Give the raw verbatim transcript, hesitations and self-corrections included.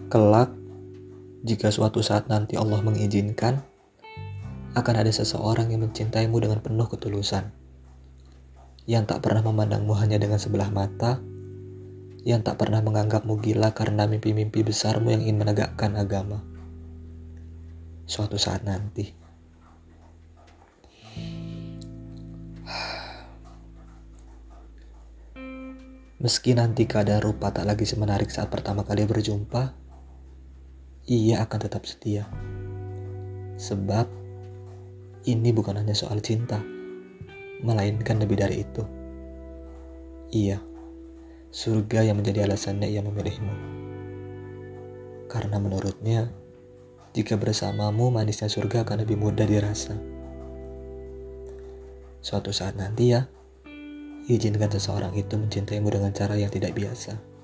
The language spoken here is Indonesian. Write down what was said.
Kelak, jika suatu saat nanti Allah mengizinkan, akan ada seseorang yang mencintaimu dengan penuh ketulusan, yang tak pernah memandangmu hanya dengan sebelah mata, yang tak pernah menganggapmu gila karena mimpi-mimpi besarmu yang ingin menegakkan agama. Suatu saat nanti. Meski nanti keadaan rupa tak lagi semenarik saat pertama kali berjumpa, ia akan tetap setia. Sebab ini bukan hanya soal cinta, melainkan lebih dari itu. Iya, surga yang menjadi alasannya ia memilihmu. Karena menurutnya, jika bersamamu manisnya surga akan lebih mudah dirasa. Suatu saat nanti ya, izinkan seseorang itu mencintaimu dengan cara yang tidak biasa.